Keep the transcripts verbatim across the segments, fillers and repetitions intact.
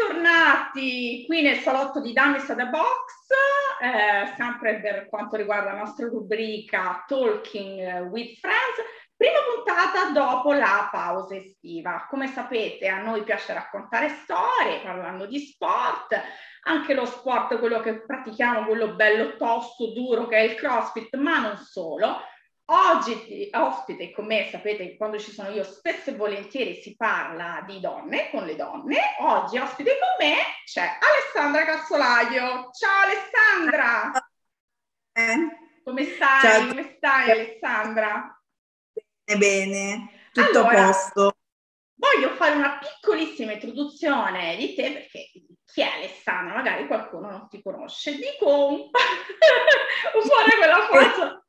Bentornati qui nel salotto di Dummies at the Box, eh, sempre per quanto riguarda la nostra rubrica Talking with Friends, prima puntata dopo la pausa estiva. Come sapete, a noi piace raccontare storie parlando di sport, anche lo sport, quello che pratichiamo, quello bello tosto, duro, che è il CrossFit, ma non solo. Oggi ospite con me, sapete, quando ci sono io spesso e volentieri si parla di donne, con le donne. Oggi ospite con me c'è Alessandra Cassolaio. Ciao Alessandra! Eh. Come stai? Ciao. Come stai Alessandra? Bene, bene, tutto allora, a posto. Voglio fare una piccolissima introduzione di te, perché chi è Alessandra? Magari qualcuno non ti conosce. Dico un, un po' di quella faccia.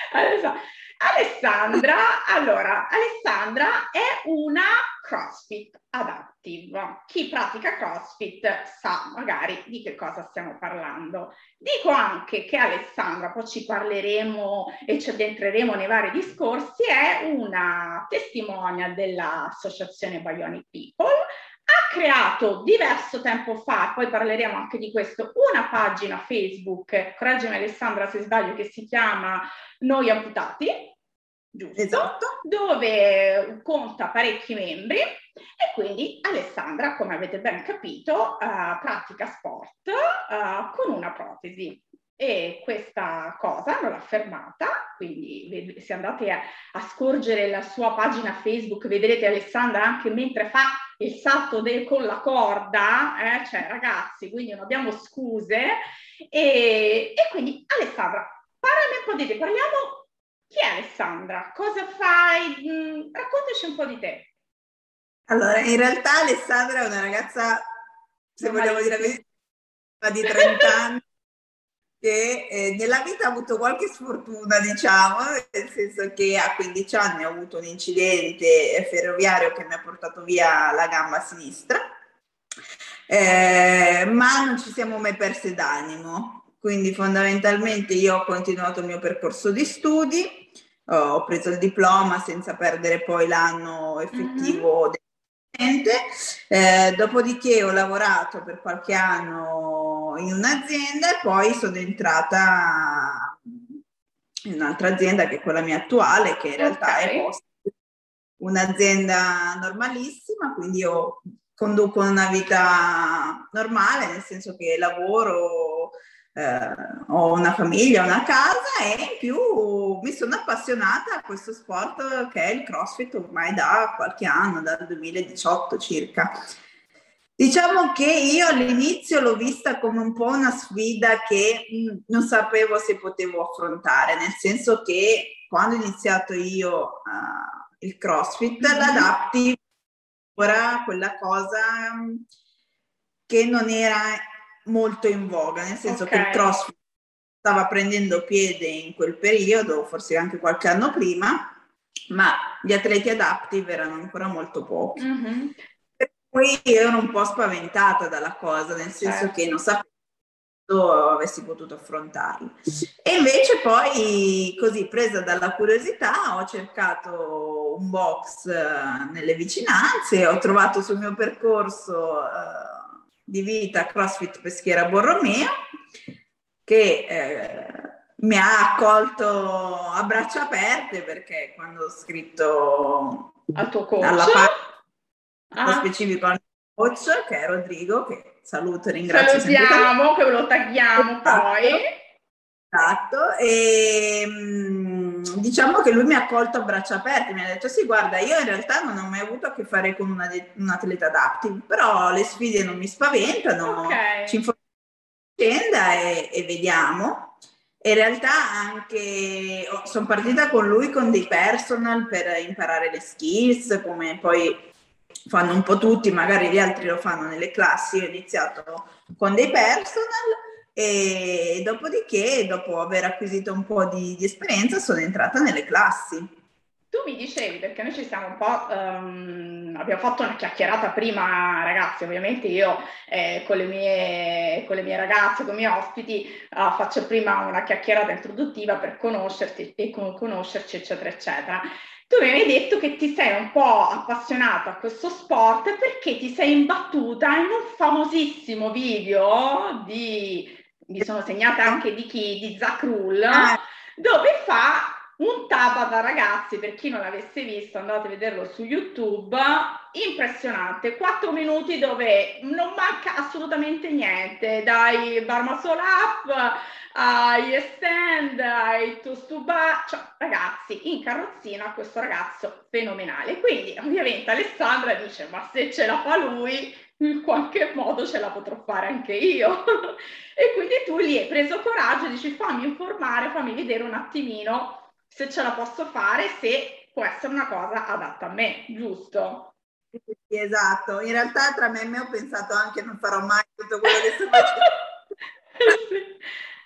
Alessandra, allora, Alessandra è una CrossFit Adaptive. Chi pratica CrossFit sa magari di che cosa stiamo parlando. Dico anche che Alessandra, poi ci parleremo e ci addentreremo nei vari discorsi, è una testimonial dell'associazione Bionic People. Ha creato diverso tempo fa, poi parleremo anche di questo, una pagina Facebook, correggimi Alessandra se sbaglio, che si chiama Noi Amputati, giusto? Esatto. Dove conta parecchi membri e quindi Alessandra, come avete ben capito, uh, pratica sport uh, con una protesi. E questa cosa non l'ha fermata, quindi se andate a, a scorgere la sua pagina Facebook vedrete Alessandra anche mentre fa il salto de, con la corda, eh? Cioè ragazzi, quindi non abbiamo scuse. E, e quindi Alessandra, parlami un po' di te, parliamo, chi è Alessandra? Cosa fai? Mm, raccontaci un po' di te. Allora, in realtà Alessandra è una ragazza, se vogliamo dire di trenta anni, che eh, nella vita ha avuto qualche sfortuna, diciamo, nel senso che a quindici anni ho avuto un incidente ferroviario che mi ha portato via la gamba sinistra, eh, ma non ci siamo mai perse d'animo, quindi fondamentalmente io ho continuato il mio percorso di studi, ho preso il diploma senza perdere poi l'anno effettivo mm-hmm. del Eh, dopodiché ho lavorato per qualche anno in un'azienda e poi sono entrata in un'altra azienda che è quella mia attuale, che in realtà okay. è post, un'azienda normalissima, quindi io conduco una vita normale, nel senso che lavoro, eh, ho una famiglia, una casa e in più mi sono appassionata a questo sport che è il CrossFit ormai da qualche anno, dal duemiladiciotto circa. Diciamo che io all'inizio l'ho vista come un po' una sfida che mh, non sapevo se potevo affrontare, nel senso che quando ho iniziato io uh, il CrossFit, mm-hmm. l'Adaptive era quella cosa mh, che non era molto in voga, nel senso okay. che il CrossFit stava prendendo piede in quel periodo, forse anche qualche anno prima, ma gli atleti adaptive erano ancora molto pochi. Mm-hmm. Per cui io ero un po' spaventata dalla cosa, nel senso certo. che non sapevo se avessi potuto affrontarlo. E invece poi, così presa dalla curiosità, ho cercato un box uh, nelle vicinanze, ho trovato sul mio percorso uh, di vita CrossFit Peschiera Borromeo, che eh, mi ha accolto a braccia aperte, perché quando ho scritto al tuo coach, alla pagina ah. specifico al coach, che è Rodrigo, che saluto e ringrazio. Salutiamo, che lo tagliamo esatto. poi. Esatto, e diciamo che lui mi ha accolto a braccia aperte, mi ha detto sì, guarda, io in realtà non ho mai avuto a che fare con una de- un atleta adaptive, però le sfide non mi spaventano, okay. ci informiamo e, e vediamo. E in realtà anche sono partita con lui con dei personal per imparare le skills, come poi fanno un po' tutti, magari gli altri lo fanno nelle classi. Ho iniziato con dei personal e dopodiché, dopo aver acquisito un po' di, di esperienza, sono entrata nelle classi. Tu mi dicevi, perché noi ci siamo un po', um, abbiamo fatto una chiacchierata prima, ragazzi, ovviamente io eh, con, le mie, con le mie ragazze, con i miei ospiti, uh, faccio prima una chiacchierata introduttiva per conoscerti e con, conoscerci, eccetera, eccetera. Tu mi hai detto che ti sei un po' appassionato a questo sport perché ti sei imbattuta in un famosissimo video di, mi sono segnata anche di chi, di Zach Rule, Ah, dove fa un Tabata ragazzi, per chi non l'avesse visto andate a vederlo su YouTube, impressionante, quattro minuti dove non manca assolutamente niente, dai bar muscle up ai stand, ai toast to bar, cioè ragazzi in carrozzina questo ragazzo fenomenale, quindi ovviamente Alessandra dice ma se ce la fa lui in qualche modo ce la potrò fare anche io e quindi tu lì hai preso coraggio e dici fammi informare, fammi vedere un attimino se ce la posso fare, se può essere una cosa adatta a me, giusto? sì, sì, esatto, in realtà tra me e me ho pensato anche non farò mai tutto quello che sto facendo. Sì.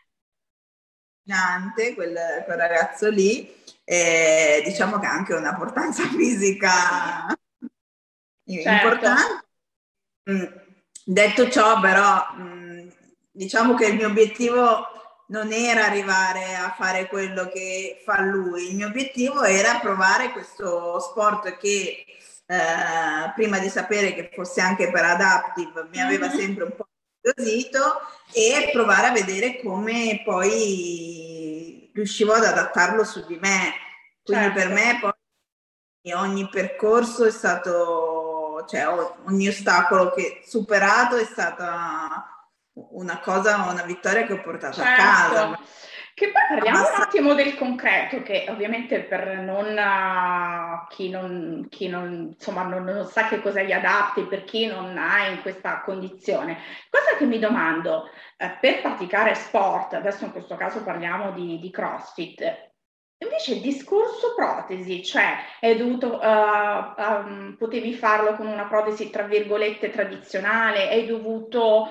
Quel, quel ragazzo lì, e diciamo che ha anche una portanza fisica Certo. importante. Mm, Detto ciò, però, mm, diciamo che il mio obiettivo non era arrivare a fare quello che fa lui, il mio obiettivo era provare questo sport che eh, prima di sapere che fosse anche per adaptive mi aveva Mm-hmm. sempre un po' incuriosito e provare a vedere come poi riuscivo ad adattarlo su di me. Quindi per Certo. me poi ogni percorso è stato, cioè ogni ostacolo che superato è stata una cosa, una vittoria che ho portato a casa. Certo, che poi parliamo un Abbastanza. attimo del concreto, che ovviamente per non, uh, chi non, chi non, insomma, non, non sa che cosa gli adatti, per chi non è in questa condizione. Cosa che mi domando, eh, per praticare sport, adesso in questo caso parliamo di, di CrossFit, invece il discorso protesi, cioè è dovuto, uh, um, potevi farlo con una protesi tra virgolette tradizionale, hai dovuto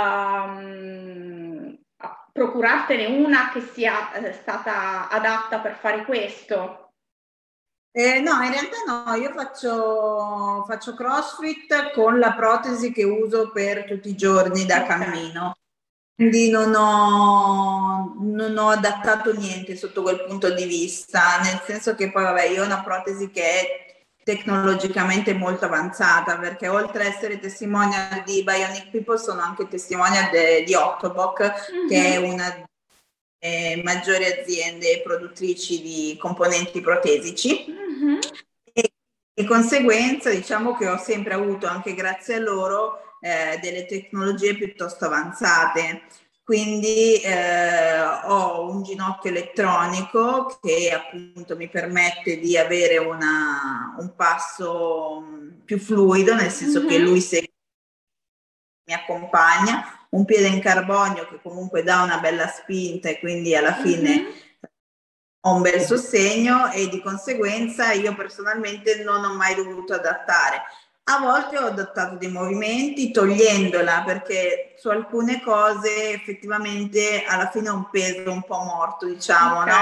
um, procurartene una che sia eh, stata adatta per fare questo? Eh, no, in realtà no, io faccio, faccio CrossFit con la protesi che uso per tutti i giorni da Ok. cammino. Quindi non ho, non ho adattato niente sotto quel punto di vista, nel senso che poi vabbè, io ho una protesi che è tecnologicamente molto avanzata, perché oltre ad essere testimonial di Bionic People sono anche testimonial de- di Octobock, che è Mm-hmm. una delle maggiori aziende produttrici di componenti protesici. Mm-hmm. E di conseguenza diciamo che ho sempre avuto, anche grazie a loro, eh, delle tecnologie piuttosto avanzate. Quindi eh, ho un ginocchio elettronico che appunto mi permette di avere una, un passo più fluido, nel senso che Mm-hmm. lui segue, mi accompagna, un piede in carbonio che comunque dà una bella spinta e quindi alla fine Mm-hmm. ho un bel sostegno e di conseguenza io personalmente non ho mai dovuto adattare. A volte ho adattato dei movimenti togliendola perché su alcune cose effettivamente alla fine ho un peso un po' morto, diciamo, Ok. no?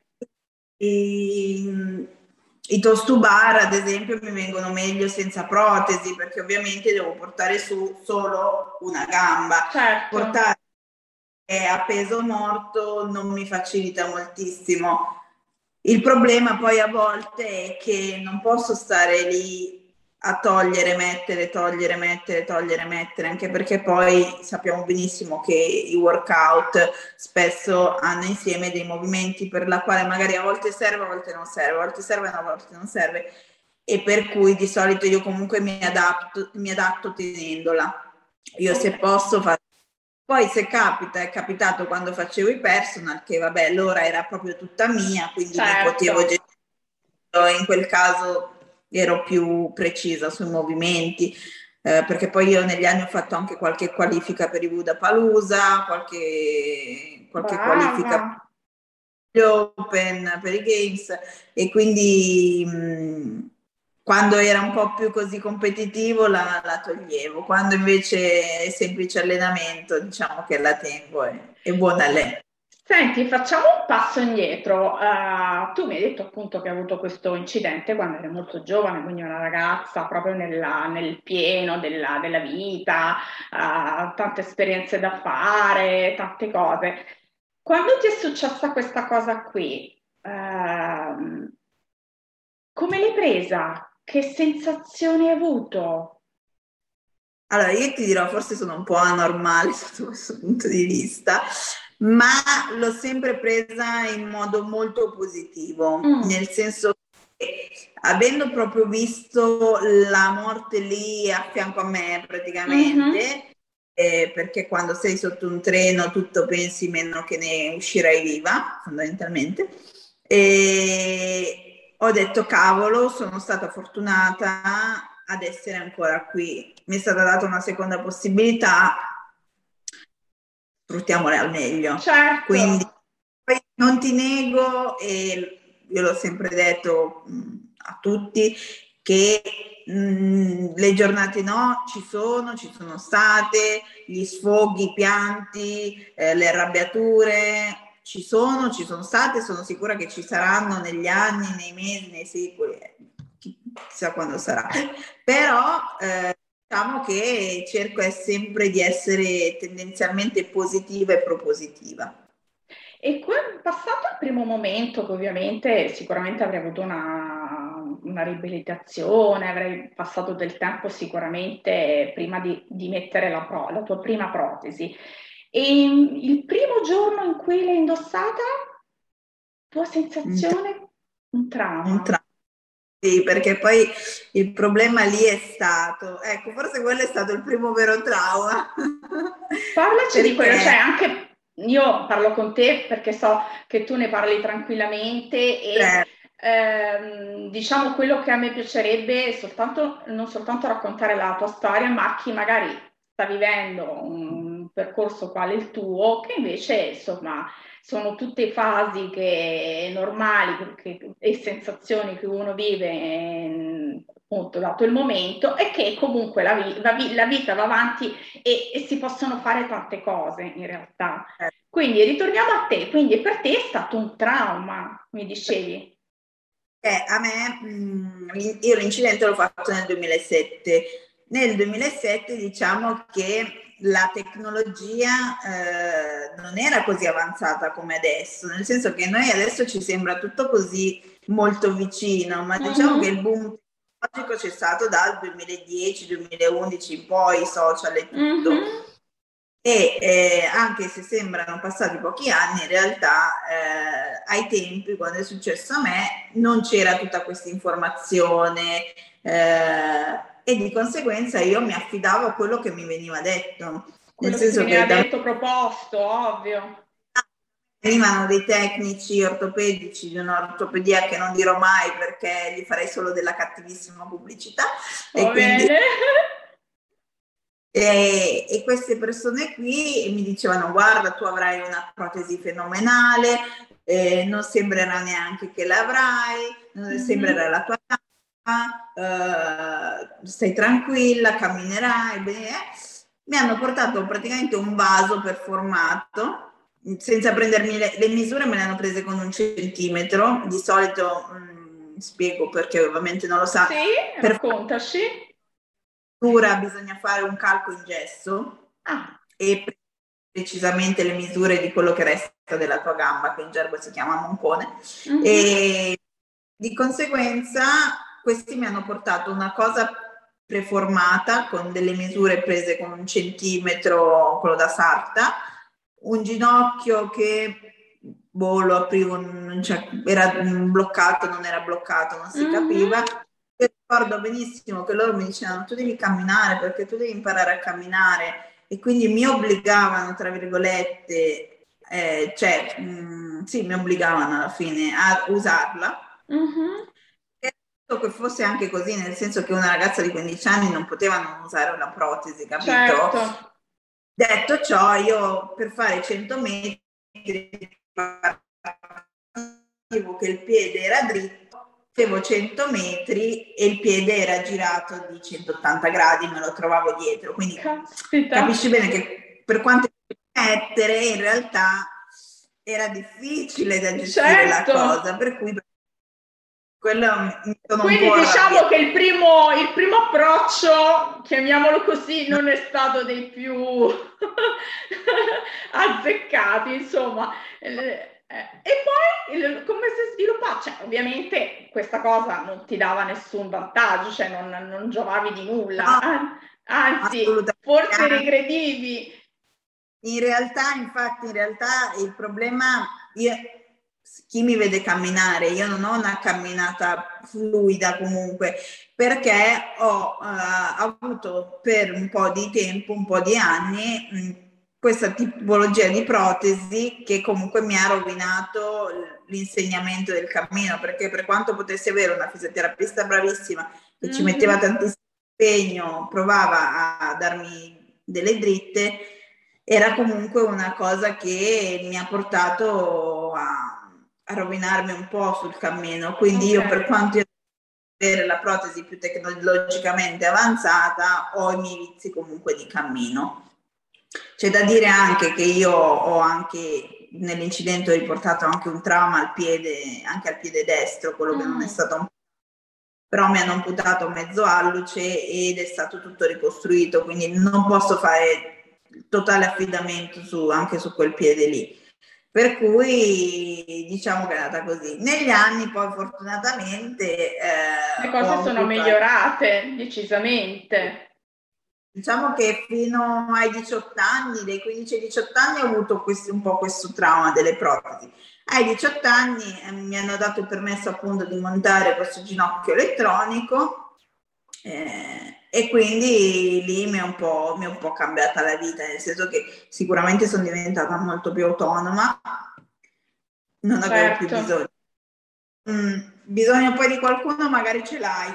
I, i toast to bar, ad esempio, mi vengono meglio senza protesi perché ovviamente devo portare su solo una gamba. Certo. Portare a peso morto non mi facilita moltissimo. Il problema poi a volte è che non posso stare lì a togliere, mettere, togliere, mettere, togliere, mettere, anche perché poi sappiamo benissimo che i workout spesso hanno insieme dei movimenti per la quale magari a volte serve, a volte non serve, a volte serve, a volte non serve, e per cui di solito io comunque mi adatto, mi adatto tenendola. Io Ok. se posso faccio. Poi se capita, è capitato quando facevo i personal, che vabbè, l'ora era proprio tutta mia, quindi mi potevo Certo. gestire, in quel caso ero più precisa sui movimenti, eh, perché poi io negli anni ho fatto anche qualche qualifica per i Budapalooza, qualche, qualche Brava. qualifica per gli Open, per i Games, e quindi mh, quando era un po' più così competitivo la, la toglievo, quando invece è semplice allenamento, diciamo che la tengo e è buona lei. Senti, facciamo un passo indietro. Eh, tu mi hai detto appunto che hai avuto questo incidente quando eri molto giovane, quindi una ragazza proprio nella- nel pieno della, della vita, eh, tante esperienze da fare, tante cose. Quando ti è successa questa cosa qui, ehm, come l'hai presa? Che sensazioni hai avuto? Allora, io ti dirò, forse sono un po' anormale sotto questo punto di vista, ma l'ho sempre presa in modo molto positivo, Mm. nel senso che avendo proprio visto la morte lì a fianco a me praticamente, Mm-hmm. eh, perché quando sei sotto un treno tutto pensi meno che ne uscirai viva, fondamentalmente, e ho detto cavolo, sono stata fortunata ad essere ancora qui. Mi è stata data una seconda possibilità, sfruttiamola al meglio. Certo. Quindi poi non ti nego, e io l'ho sempre detto mh, a tutti, che mh, le giornate no ci sono, ci sono state, gli sfoghi, i pianti, eh, le arrabbiature ci sono, ci sono state, sono sicura che ci saranno negli anni, nei mesi, nei secoli, chissà quando sarà. Però eh, diciamo che cerco sempre di essere tendenzialmente positiva e propositiva. E quando, passato il primo momento, che ovviamente sicuramente avrei avuto una, una riabilitazione, avrei passato del tempo sicuramente prima di, di mettere la, pro, la tua prima protesi. E il primo giorno in cui l'hai indossata, tua sensazione? Un trauma. Un trauma. Sì, perché poi il problema lì è stato, ecco, forse quello è stato il primo vero trauma. Parlaci perché... di quello, cioè anche io parlo con te perché so che tu ne parli tranquillamente e Certo. ehm, diciamo quello che a me piacerebbe è soltanto, non soltanto raccontare la tua storia, ma chi magari sta vivendo un percorso quale il tuo, che invece insomma sono tutte fasi che, normali che, e sensazioni che uno vive eh, appunto dato il momento e che comunque la, la, la vita va avanti e, e si possono fare tante cose in realtà. Quindi ritorniamo a te, quindi per te è stato un trauma, mi dicevi. Eh, a me, mh, io l'incidente l'ho fatto nel duemilasette. Nel duemilasette diciamo che la tecnologia eh, non era così avanzata come adesso, nel senso che noi adesso ci sembra tutto così molto vicino, ma mm-hmm. diciamo che il boom tecnologico c'è stato dal duemiladieci duemilaundici in poi, i social e tutto. Mm-hmm. E eh, anche se sembrano passati pochi anni, in realtà eh, ai tempi, quando è successo a me, non c'era tutta questa informazione eh, e di conseguenza io mi affidavo a quello che mi veniva detto. Quello nel senso che ti veniva che detto, da... proposto, ovvio. Venivano dei tecnici ortopedici di un'ortopedia che non dirò mai perché gli farei solo della cattivissima pubblicità. Va e bene. Quindi... E, e queste persone qui mi dicevano guarda tu avrai una protesi fenomenale, eh, non sembrerà neanche che l'avrai, non mm-hmm. sembrerà la tua età, eh, stai tranquilla, camminerai bene. Mi hanno portato praticamente un vaso performato, senza prendermi le, le misure, me le hanno prese con un centimetro, di solito mh, spiego perché ovviamente non lo sa. Sì, per raccontaci. Bisogna fare un calco in gesso ah. e precisamente le misure di quello che resta della tua gamba, che in gergo si chiama moncone, mm-hmm. e di conseguenza questi mi hanno portato una cosa preformata con delle misure prese con un centimetro, quello da sarta, un ginocchio che boh, lo aprivo, non cioè, era bloccato, non era bloccato, non si mm-hmm. capiva. Io ricordo benissimo che loro mi dicevano tu devi camminare perché tu devi imparare a camminare e quindi mi obbligavano tra virgolette eh, cioè mh, sì mi obbligavano alla fine a usarla mm-hmm. e che fosse anche così, nel senso che una ragazza di quindici anni non poteva non usare una protesi, capito? Certo. Detto ciò, io per fare cento metri che il piede era dritto, facevo cento metri e il piede era girato di centottanta gradi, me lo trovavo dietro, quindi Caspita. Capisci bene che per quanto mettere in realtà era difficile da gestire certo. la cosa, per cui quello mi sono quindi un po' diciamo arrabbiata. Che il primo, il primo approccio, chiamiamolo così, non è stato dei più azzeccati, insomma. E poi come si è sviluppato? cioè, ovviamente questa cosa non ti dava nessun vantaggio, cioè non, non giovavi di nulla, No, anzi, forse assolutamente. regredivi. In realtà, infatti, in realtà il problema, io, chi mi vede camminare, io non ho una camminata fluida comunque, perché ho uh, avuto per un po' di tempo, un po' di anni, mh, questa tipologia di protesi che comunque mi ha rovinato l'insegnamento del cammino, perché per quanto potessi avere una fisioterapista bravissima che ci metteva Mm-hmm. tantissimo impegno, provava a darmi delle dritte, era comunque una cosa che mi ha portato a, a rovinarmi un po' sul cammino. Quindi io, per Ok. quanto io avere la protesi più tecnologicamente avanzata, ho i miei vizi comunque di cammino. C'è da dire anche che io ho anche nell'incidente ho riportato anche un trauma al piede, anche al piede destro, quello che non è Mm. stato un però mi hanno amputato mezzo alluce ed è stato tutto ricostruito, quindi non posso fare totale affidamento su, anche su quel piede lì. Per cui diciamo che è andata così. Negli anni poi fortunatamente eh, Le ho cose sono avuto... migliorate, decisamente. Diciamo che fino ai diciotto anni, dai quindici ai diciotto anni ho avuto questo, un po' questo trauma delle protesi. Ai diciotto anni eh, mi hanno dato il permesso appunto di montare questo ginocchio elettronico eh, e quindi lì mi è, un po', mi è un po' cambiata la vita, nel senso che sicuramente sono diventata molto più autonoma, non avevo più Certo. bisogno. Mm, bisogno poi di qualcuno magari ce l'hai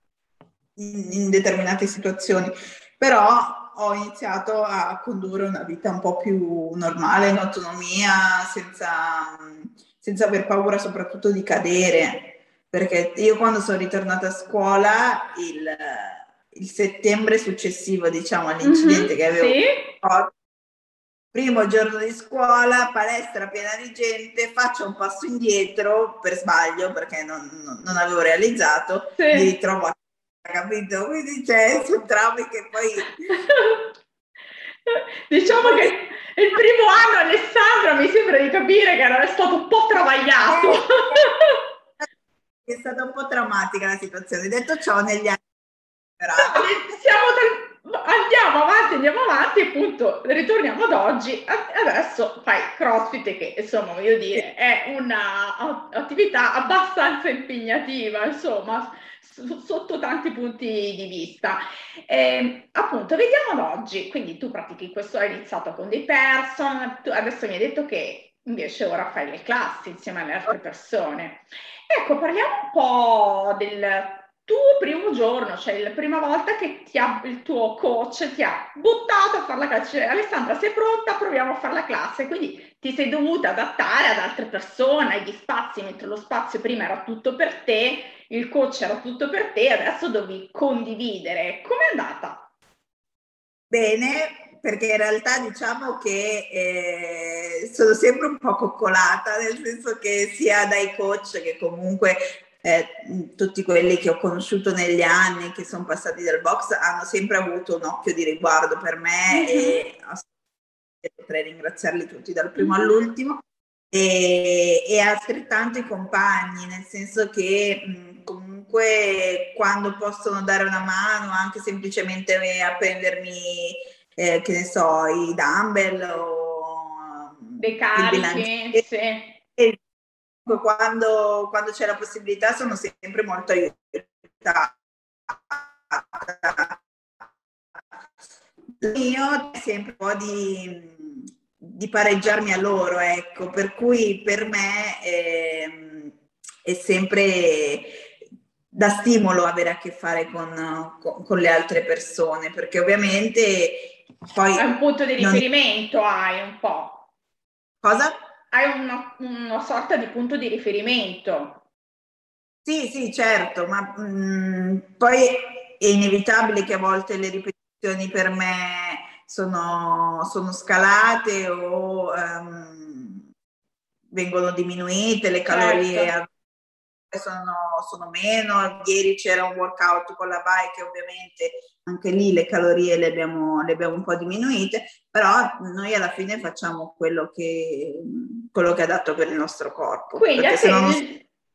in, in determinate situazioni, però ho iniziato a condurre una vita un po' più normale, in autonomia, senza, senza aver paura soprattutto di cadere, perché io quando sono ritornata a scuola, il, il settembre successivo, diciamo, all'incidente Mm-hmm. che avevo, Sì. primo giorno di scuola, palestra piena di gente, faccio un passo indietro per sbaglio, perché non, non, non avevo realizzato, mi Sì. ritrovo a capito? Quindi c'è sul traumi che poi... Diciamo poi... che il primo anno Alessandra mi sembra di capire che era stato un po' travagliato. È stata un po' drammatica la situazione. Detto ciò, negli anni No, siamo dal... andiamo avanti, andiamo avanti, appunto, ritorniamo ad oggi. Adesso fai CrossFit che, insomma, voglio dire, è un'attività abbastanza impegnativa, insomma, sotto tanti punti di vista. E, appunto, vediamo ad oggi. Quindi tu pratichi questo, hai iniziato con dei person, tu adesso mi hai detto che invece ora fai le classi insieme alle altre persone. Ecco, parliamo un po' del tuo primo giorno, cioè la prima volta che ti ha, il tuo coach ti ha buttato a fare la classe. Cioè, Alessandra, sei pronta? Proviamo a fare la classe. Quindi ti sei dovuta adattare ad altre persone, agli spazi, mentre lo spazio prima era tutto per te, il coach era tutto per te, adesso devi condividere. Com'è andata? Bene, perché in realtà diciamo che eh, sono sempre un po' coccolata, nel senso che sia dai coach che comunque eh, tutti quelli che ho conosciuto negli anni, che sono passati dal box, hanno sempre avuto un occhio di riguardo per me Mm-hmm. e potrei ringraziarli tutti dal primo Mm-hmm. all'ultimo. E, e altrettanto i compagni, nel senso che mh, comunque quando possono dare una mano, anche semplicemente a prendermi, eh, che ne so, i dumbbell o Dei il carichi, bilanciere, sì. e quando, quando c'è la possibilità sono sempre molto aiutata. Io sempre un po' di di pareggiarmi a loro, ecco, per cui per me eh, è sempre da stimolo avere a che fare con, con, con le altre persone, perché ovviamente poi È un punto di non... riferimento, hai un po'. Cosa? Hai una, una sorta di punto di riferimento. Sì, sì, certo, ma mh, poi è inevitabile che a volte le ripetizioni per me sono, sono scalate o um, vengono diminuite, le Certo. calorie sono, sono meno. Ieri c'era un workout con la bike, ovviamente anche lì le calorie le abbiamo, le abbiamo un po' diminuite, però noi alla fine facciamo quello che, quello che è adatto per il nostro corpo, Quindi perché a se te no non... il,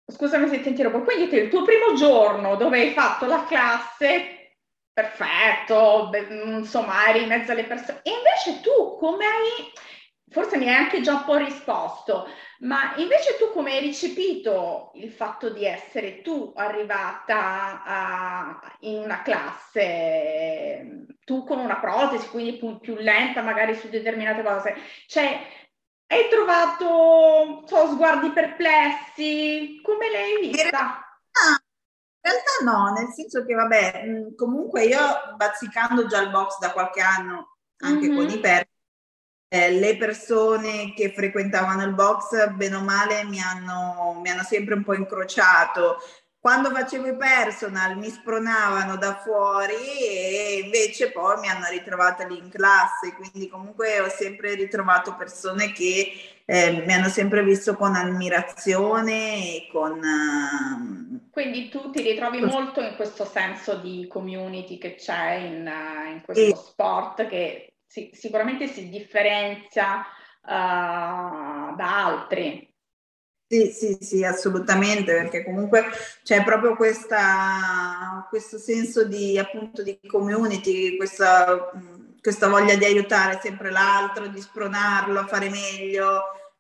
scusami se ti interrompo, quindi te, il tuo primo giorno dove hai fatto la classe, perfetto, beh, insomma, eri in mezzo alle persone, e invece tu come hai, forse mi hai anche già un po' risposto, ma invece tu come hai recepito il fatto di essere tu arrivata a- in una classe, tu con una protesi, quindi più, più lenta magari su determinate cose, cioè hai trovato so, sguardi perplessi? Come l'hai In realtà, vista? in realtà no, nel senso che vabbè, mh, comunque io bazzicando già il box da qualche anno, anche con i Mhm. persi, eh, le persone che frequentavano il box, bene o male, mi hanno, mi hanno sempre un po' incrociato. Quando facevo i personal mi spronavano da fuori e invece poi mi hanno ritrovata lì in classe, quindi comunque ho sempre ritrovato persone che eh, mi hanno sempre visto con ammirazione e con... ehm, Quindi tu ti ritrovi con- molto in questo senso di community che c'è in, eh, in questo sì, sport che si- sicuramente si differenzia eh, da altri. sì, sì, sì, assolutamente, perché comunque c'è proprio questa, questo senso di, appunto, di community, questa, mh, questa voglia di aiutare sempre l'altro, di spronarlo a fare meglio.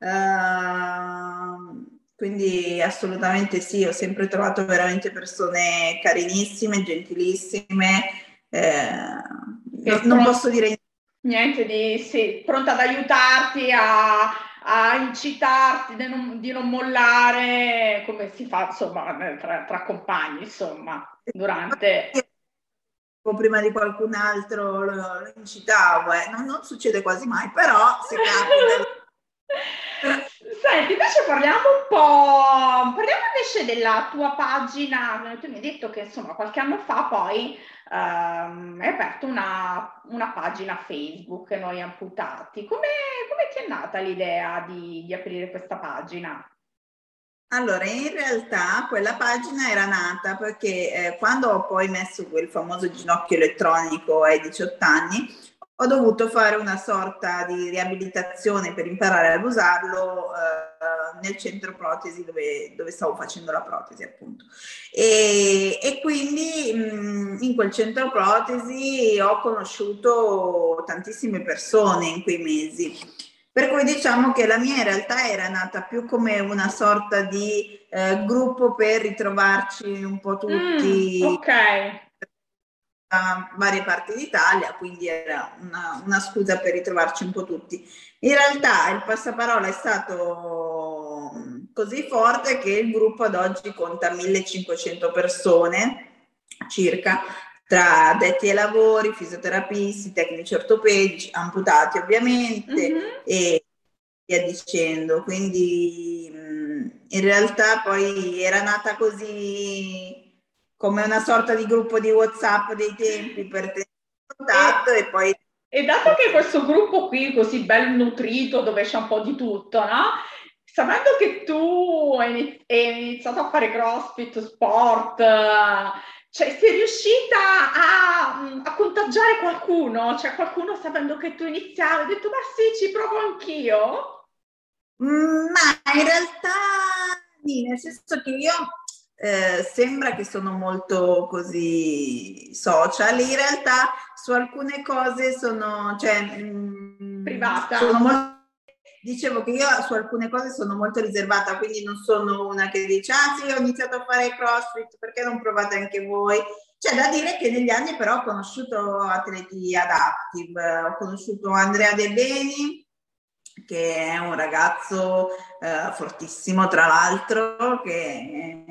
ehm, quindi assolutamente sì, ho sempre trovato veramente persone carinissime, gentilissime. eh, no- Che non posso pronto, dire niente di sì, pronta ad aiutarti, a, a incitarti di non, di non mollare, come si fa insomma tra, tra compagni, insomma, durante. o prima di qualcun altro lo, lo incitavo, eh. non, non succede quasi mai, però se capita... Senti, invece parliamo un po', parliamo invece della tua pagina, tu mi hai detto che insomma qualche anno fa poi ehm, hai aperto una, una pagina Facebook, Noi Amputati. Come, come ti è nata l'idea di, di aprire questa pagina? Allora, in realtà quella pagina era nata perché eh, quando ho poi messo quel famoso ginocchio elettronico ai diciotto anni, ho dovuto fare una sorta di riabilitazione per imparare ad usarlo eh, nel centro protesi dove, dove stavo facendo la protesi, appunto. E, e quindi mh, in quel centro protesi ho conosciuto tantissime persone in quei mesi. Per cui diciamo che la mia in realtà era nata più come una sorta di eh, gruppo per ritrovarci un po' Mm, tutti ok. da varie parti d'Italia, quindi era una, una scusa per ritrovarci un po' tutti. In realtà il passaparola è stato così forte che il gruppo ad oggi conta millecinquecento persone circa, tra addetti ai lavori, fisioterapisti, tecnici ortopedici, amputati ovviamente Mhm. e via dicendo. Quindi mh, in realtà poi era nata così come una sorta di gruppo di WhatsApp dei tempi per tenere in contatto E, e poi... e dato che questo gruppo qui così ben nutrito, dove c'è un po' di tutto, no? Sapendo che tu hai ini- hai iniziato a fare CrossFit, sport, eh, cioè sei riuscita a, a contagiare qualcuno? Cioè qualcuno sapendo che tu iniziavi, ha detto ma sì, ci provo anch'io? Mm, ma in realtà sì, nel senso che io eh, sembra che sono molto così social, in realtà su alcune cose sono, cioè, mm, sono Privata? molto, dicevo che io su alcune cose sono molto riservata, quindi non sono una che dice, ah sì, ho iniziato a fare CrossFit, perché non provate anche voi? C'è da dire che negli anni però ho conosciuto atleti adaptive, ho conosciuto Andrea De Beni, che è un ragazzo eh, fortissimo, tra l'altro, che,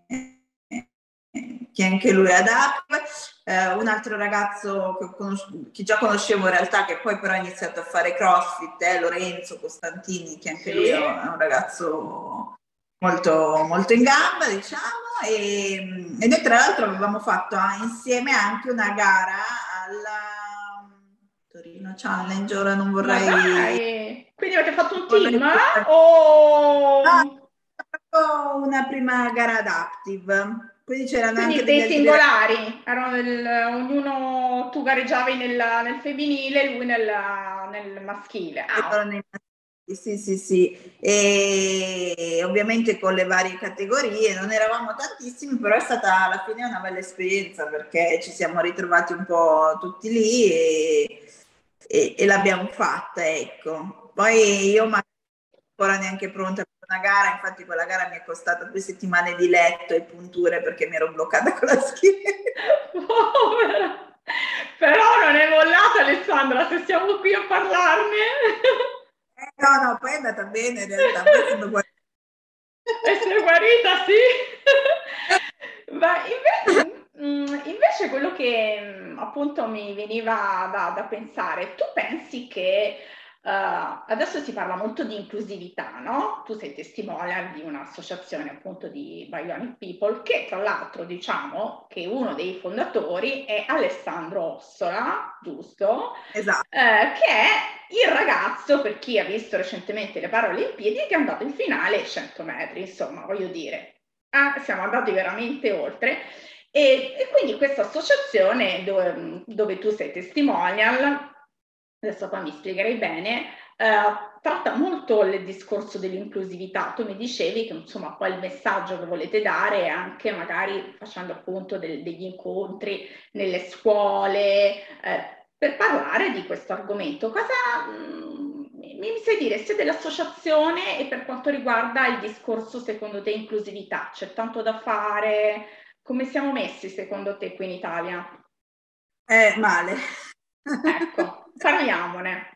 che anche lui è adaptive. Eh, un altro ragazzo che, conosco, che già conoscevo in realtà, che poi però ha iniziato a fare CrossFit, è Lorenzo Costantini, che anche lui è Sì. un ragazzo molto, molto in gamba, diciamo, e, e noi tra l'altro avevamo fatto ah, insieme anche una gara alla Torino Challenge, ora non Ma vorrei... dai! Quindi avete fatto un vorrei team, eh? O... no, è proprio una prima gara adaptive, quindi c'erano anche Quindi degli dei altri ragazzi. singolari, erano del- ognuno, tu gareggiavi nel, nel femminile, lui nel, nel maschile. E Ah, loro nei maschili. Sì, sì, sì. E ovviamente con le varie categorie, non eravamo tantissimi, però è stata alla fine una bella esperienza perché ci siamo ritrovati un po' tutti lì e, e, e l'abbiamo fatta, ecco. Poi io ma ancora neanche pronta per una gara, infatti quella gara mi è costata due settimane di letto e punture perché mi ero bloccata con la schiena. Povera! Però non è mollata, Alessandra, se siamo qui a parlarne. Eh, no, no, poi è andata bene in realtà, poi essendo guarita. Essere guarita, sì. Ma invece, invece quello che appunto mi veniva da, da pensare, tu pensi che Uh, adesso si parla molto di inclusività, no? Tu sei testimonial di un'associazione appunto di Bionic People che tra l'altro diciamo che uno dei fondatori è Alessandro Ossola, giusto? Esatto. Uh, che è il ragazzo, per chi ha visto recentemente le Paralimpiadi, che è andato in finale cento metri, insomma, voglio dire, eh, siamo andati veramente oltre. E, e quindi questa associazione dove, dove tu sei testimonial, adesso poi mi spiegherei bene, eh, tratta molto il discorso dell'inclusività. Tu mi dicevi che insomma poi il messaggio che volete dare è anche magari facendo appunto del, degli incontri nelle scuole eh, per parlare di questo argomento. Cosa mh, mi sai dire sia dell'associazione e per quanto riguarda il discorso secondo te inclusività? C'è tanto da fare? Come siamo messi secondo te qui in Italia? Eh, male. Ecco, parliamone.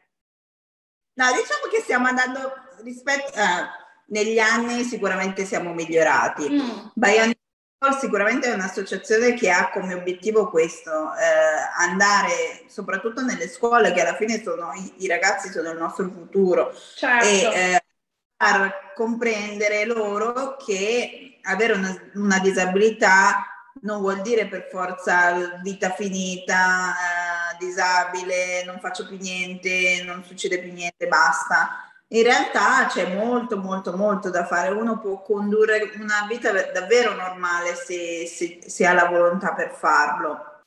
No, diciamo che stiamo andando rispetto a, negli anni sicuramente siamo migliorati. Mm. Bionic People sicuramente è un'associazione che ha come obiettivo questo, eh, andare soprattutto nelle scuole che alla fine sono i, i ragazzi sono il nostro futuro. Certo. E eh, far comprendere loro che avere una, una disabilità non vuol dire per forza vita finita, eh, disabile, non faccio più niente, non succede più niente, basta. In realtà c'è molto, molto, molto da fare. Uno può condurre una vita davvero normale se, se, se ha la volontà per farlo.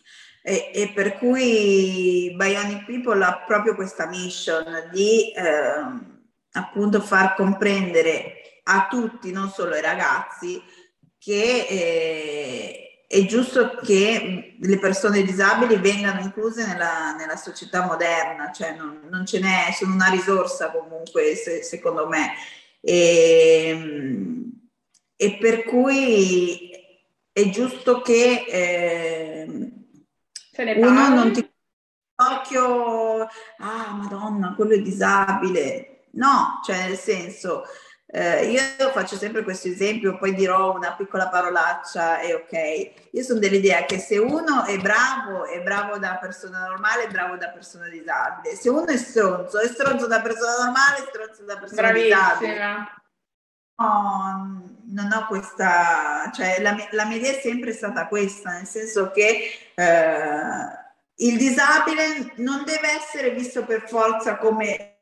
E, e per cui Bionic People ha proprio questa mission di eh, appunto far comprendere a tutti, non solo ai ragazzi, che eh, è giusto che le persone disabili vengano incluse nella, nella società moderna, cioè non, non ce n'è, sono una risorsa comunque se, secondo me. E, e per cui è giusto che eh, uno non ti occhio, ah Madonna, quello è disabile. No, cioè nel senso... Eh, io faccio sempre questo esempio, poi dirò una piccola parolaccia e ok. Io sono dell'idea che se uno è bravo, è bravo da persona normale, è bravo da persona disabile. Se uno è stronzo, è stronzo da persona normale, è stronzo da persona Bravissima. disabile. No, non ho questa, cioè la, la mia idea è sempre stata questa, nel senso che eh, il disabile non deve essere visto per forza come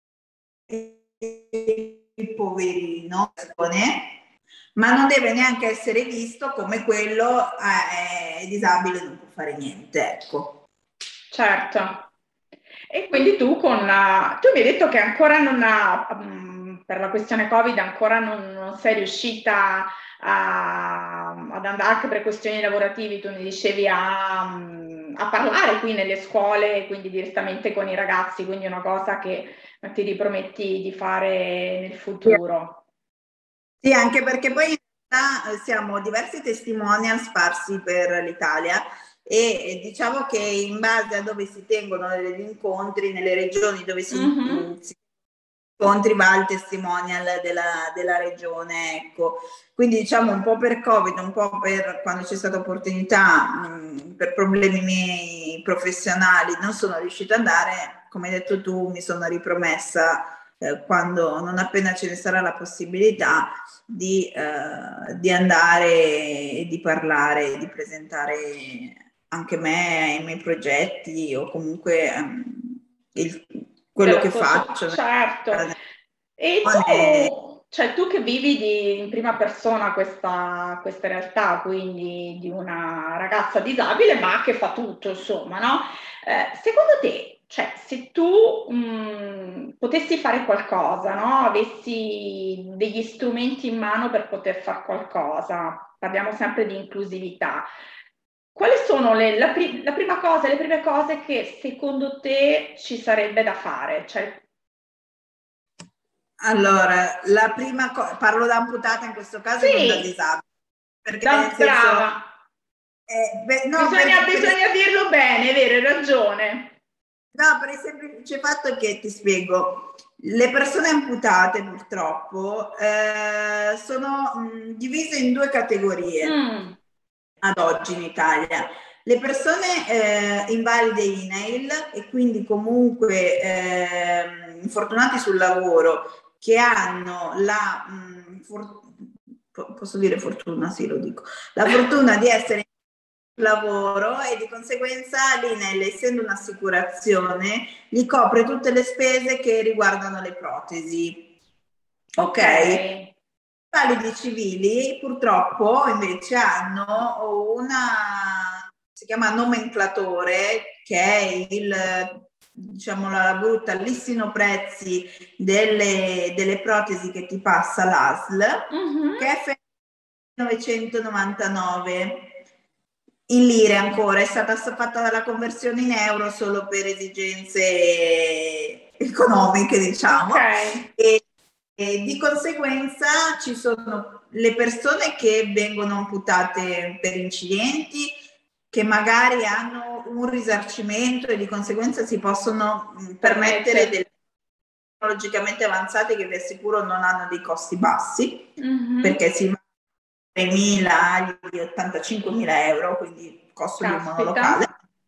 il poverino, ma non deve neanche essere visto come quello eh, è disabile, non può fare niente, ecco. Certo. E quindi tu con la... tu mi hai detto che ancora non ha, um, per la questione Covid ancora non, non sei riuscita a, ad andare, anche per questioni lavorative, tu mi dicevi a, a parlare qui nelle scuole, quindi direttamente con i ragazzi, quindi è una cosa che ti riprometti di fare nel futuro. Sì, anche perché poi in realtà siamo diversi testimonial sparsi per l'Italia e diciamo che in base a dove si tengono gli incontri, nelle regioni dove si, mm-hmm. si incontri va il testimonial della, della regione, ecco. Quindi diciamo un po' per Covid, un po' per quando c'è stata opportunità, mh, per problemi miei professionali non sono riuscita ad andare, come hai detto tu mi sono ripromessa eh, quando non appena ce ne sarà la possibilità di, eh, di andare e di parlare, di presentare anche me, i miei progetti o comunque um, il, quello che faccio. Certo. E tu, cioè tu che vivi di, in prima persona questa, questa realtà, quindi di una ragazza disabile ma che fa tutto, insomma, no? Eh, secondo te cioè se tu mh, potessi fare qualcosa, no? Avessi degli strumenti in mano per poter fare qualcosa, parliamo sempre di inclusività, quali sono le, la, pri- la prima cosa, le prime cose che secondo te ci sarebbe da fare? Cioè, Allora, la prima cosa, parlo da amputata in questo caso e non da sì, disabile, perché da nel senso, brava. eh, beh, no, Bisogna, per, per bisogna dirlo bene, è vero, hai ragione. No, per il semplice fatto che ti spiego, le persone amputate purtroppo eh, sono mh, divise in due categorie Mm, ad oggi in Italia. Le persone eh, invalide I N A I L e quindi comunque eh, infortunati sul lavoro che hanno la, mh, for- posso dire fortuna, sì lo dico, la fortuna di essere lavoro e di conseguenza l'I N A I L, essendo un'assicurazione, gli copre tutte le spese che riguardano le protesi. Ok? ok. I validi civili purtroppo invece hanno una, si chiama nomenclatore, che è il, diciamo la brutta, listino prezzi delle, delle protesi che ti passa l'A S L, Mhm. che è millenovecentonovantanove. In lire ancora, è stata fatta la conversione in euro solo per esigenze economiche, diciamo, Ok. e, e di conseguenza ci sono le persone che vengono amputate per incidenti, che magari hanno un risarcimento e di conseguenza si pospossono mh, permettere delle tecnologicamente avanzate che vi assicuro non hanno dei costi bassi, Mhm. perché si tremila agli ottantacinquemila euro, quindi costo di un Caspita. monolocale,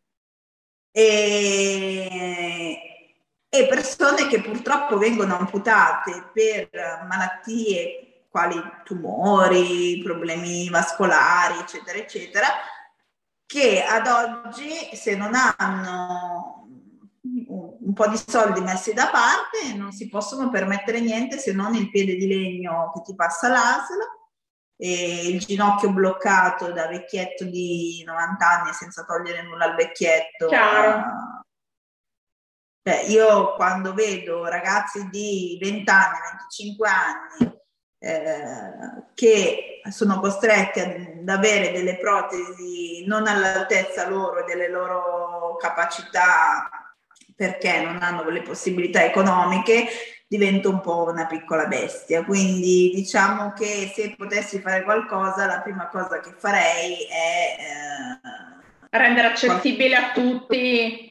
e, e persone che purtroppo vengono amputate per malattie quali tumori, problemi vascolari, eccetera, eccetera, che ad oggi se non hanno un po' di soldi messi da parte non si possono permettere niente se non il piede di legno che ti passa l'A S L e il ginocchio bloccato da vecchietto di novanta anni senza togliere nulla al vecchietto. Chiaro. Cioè, io quando vedo ragazzi di venti anni, venticinque anni eh, che sono costretti ad avere delle protesi non all'altezza loro e delle loro capacità perché non hanno le possibilità economiche, divento un po' una piccola bestia. Quindi diciamo che se potessi fare qualcosa, la prima cosa che farei è eh, Rendere accessibile a tutti.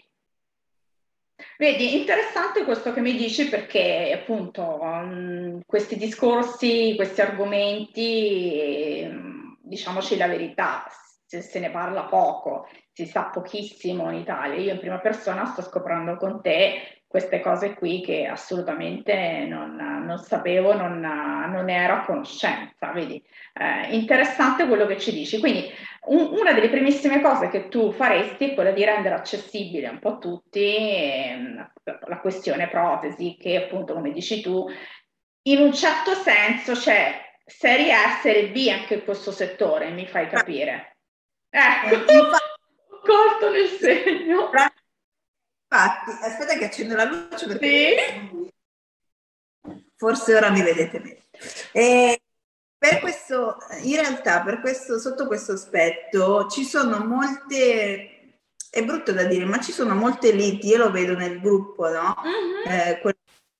Vedi, interessante questo che mi dici perché appunto mh, questi discorsi, questi argomenti, mh, diciamoci la verità, se, se ne parla poco, si sa pochissimo in Italia. Io in prima persona sto scoprendo con te queste cose qui che assolutamente non, non sapevo, non, non ne ero a conoscenza, vedi. Eh, interessante quello che ci dici. Quindi un- una delle primissime cose che tu faresti è quella di rendere accessibile un po' a tutti ehm, la questione protesi, che appunto, come dici tu, in un certo senso c'è serie A e serie B anche in questo settore, mi fai capire. Ecco, infatti, ho colto nel segno. infatti, aspetta che accendo la luce perché Sì. forse ora mi vedete meglio. E per questo, in realtà, per questo, sotto questo aspetto ci sono molte, è brutto da dire, ma ci sono molte liti, io lo vedo nel gruppo, no? Mhm. Eh,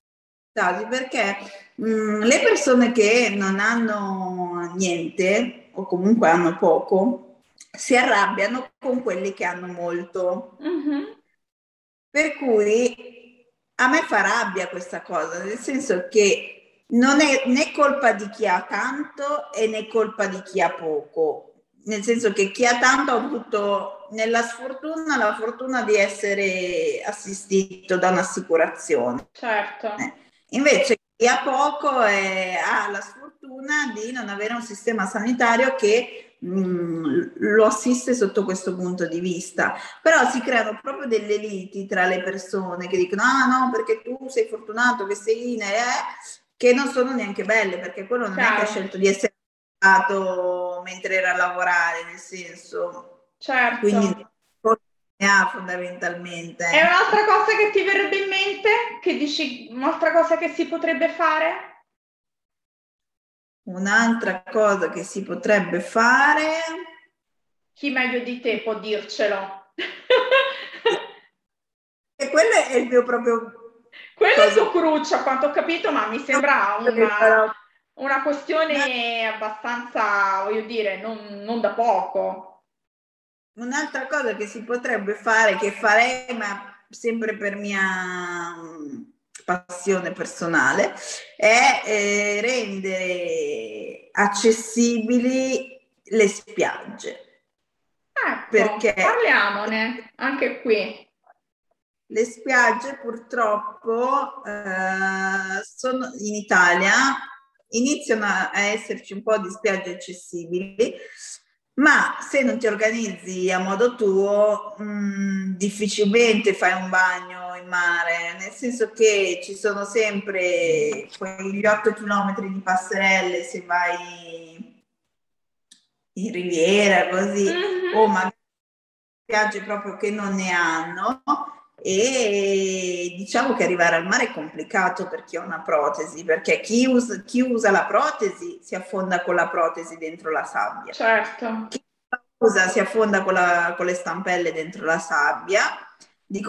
perché mh, le persone che non hanno niente o comunque hanno poco si arrabbiano con quelli che hanno molto. Mhm. Per cui a me fa rabbia questa cosa, nel senso che non è né colpa di chi ha tanto e né colpa di chi ha poco, nel senso che chi ha tanto ha avuto nella sfortuna la fortuna di essere assistito da un'assicurazione. Certo. Eh. Invece chi ha poco è, ha la sfortuna di non avere un sistema sanitario che mh, lo assiste sotto questo punto di vista. Però si creano proprio delle liti tra le persone che dicono ah no perché tu sei fortunato che sei in eh, che non sono neanche belle perché quello non Chiaro. è che ha scelto di essere stato mentre era a lavorare, nel senso Certo. quindi ha fondamentalmente. E un'altra cosa che ti verrebbe in mente? Che dici, un'altra cosa che si potrebbe fare? Un'altra cosa che si potrebbe fare... Chi meglio di te può dircelo? E quello è il mio proprio... Quello è il tuo cruccio, a quanto ho capito, ma mi sembra una, una questione abbastanza, voglio dire, non, non da poco. Un'altra cosa che si potrebbe fare, che farei, ma sempre per mia passione personale, è eh, rendere accessibili le spiagge. Ecco, perché parliamone, anche qui. Le spiagge purtroppo eh, sono in Italia, iniziano a esserci un po' di spiagge accessibili, ma se non ti organizzi a modo tuo, mh, difficilmente fai un bagno in mare, nel senso che ci sono sempre quegli otto chilometri di passerelle se vai in riviera, così, Mm-hmm. o magari spiagge proprio che non ne hanno. E diciamo che arrivare al mare è complicato per chi ha una protesi, perché chi usa, chi usa la protesi si affonda con la protesi dentro la sabbia. Certo. Chi la usa si affonda con, la, con le stampelle dentro la sabbia. Di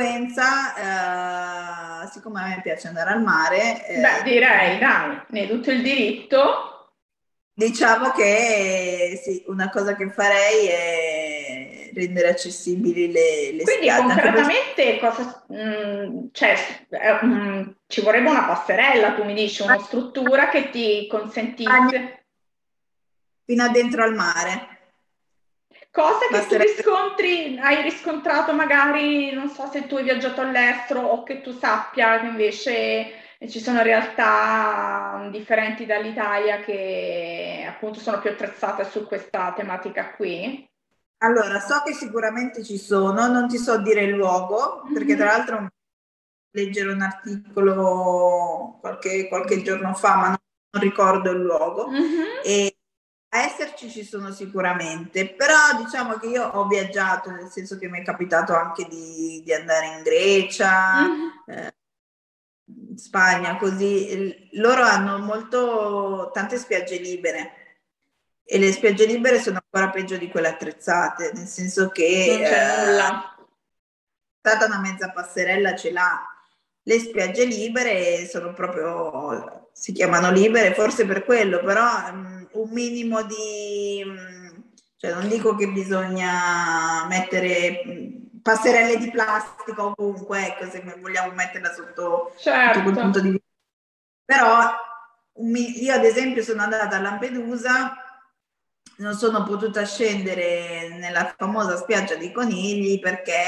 conseguenza, eh, siccome a me piace andare al mare... Eh, Beh, direi, dai, ne hai tutto il diritto. Diciamo che sì, una cosa che farei è rendere accessibili le, le Quindi spiagge. concretamente cosa, mh, cioè, eh, mh, ci vorrebbe una passerella, tu mi dici, una struttura che ti consentisse. Fino a dentro al mare. Cose che tu Basterebbe... riscontri, hai riscontrato magari, non so se tu hai viaggiato all'estero o che tu sappia che invece ci sono realtà differenti dall'Italia che appunto sono più attrezzate su questa tematica qui. Allora, so che sicuramente ci sono, non ti so dire il luogo, mm-hmm. perché tra l'altro leggere un articolo qualche, qualche giorno fa, ma non, non ricordo il luogo. Mm-hmm. E a esserci ci sono sicuramente, però diciamo che io ho viaggiato, nel senso che mi è capitato anche di, di andare in Grecia, mm-hmm. eh, in Spagna, così. Loro hanno molto tante spiagge libere. E le spiagge libere sono ancora peggio di quelle attrezzate, nel senso che non c'è eh, nulla. Stata una mezza passerella ce l'ha. Le spiagge libere sono proprio, si chiamano libere, forse per quello, però um, un minimo di, um, cioè non dico che bisogna mettere um, passerelle di plastica ovunque, ecco, se vogliamo metterla sotto, certo. sotto quel punto di vista. Però um, io ad esempio sono andata a Lampedusa, non sono potuta scendere nella famosa spiaggia dei conigli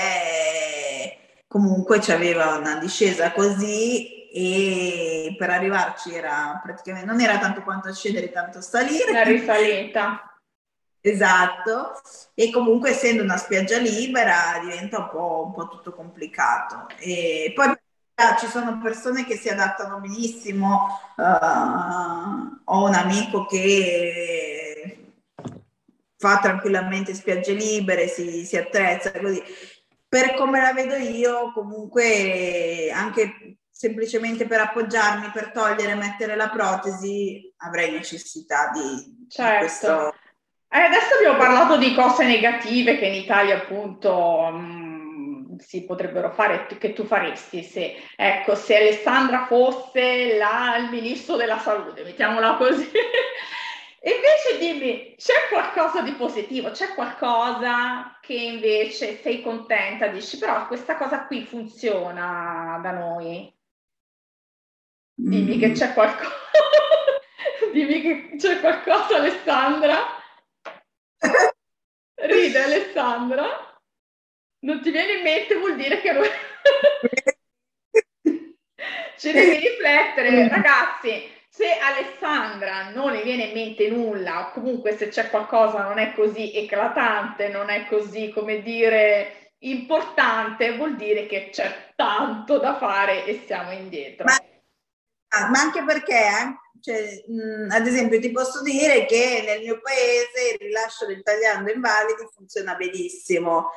perché comunque c'aveva una discesa così e per arrivarci era praticamente, non era tanto quanto scendere, tanto salire. La risalita. Esatto, e comunque essendo una spiaggia libera diventa un po', un po' tutto complicato. E poi ci sono persone che si adattano benissimo, uh, ho un amico che fa tranquillamente spiagge libere, si, si attrezza così. Per come la vedo io, comunque anche semplicemente per appoggiarmi, per togliere e mettere la protesi, avrei necessità di, certo. di questo. Eh, adesso abbiamo parlato di cose negative che in Italia appunto mh, si potrebbero fare, che tu faresti se, ecco, se Alessandra fosse la, il ministro della salute, mettiamola così. E invece dimmi, c'è qualcosa di positivo, c'è qualcosa che invece sei contenta, dici però questa cosa qui funziona da noi? Dimmi mm. che c'è qualcosa, dimmi che c'è qualcosa Alessandra. Ride Alessandra, non ti viene in mente, vuol dire che non... ci devi riflettere, ragazzi. Se Alessandra non le viene in mente nulla, o comunque se c'è qualcosa non è così eclatante, non è così, come dire, importante, vuol dire che c'è tanto da fare e siamo indietro. Ma, ma anche perché, eh, cioè, mh, ad esempio, ti posso dire che nel mio paese il rilascio del tagliando invalidi funziona benissimo.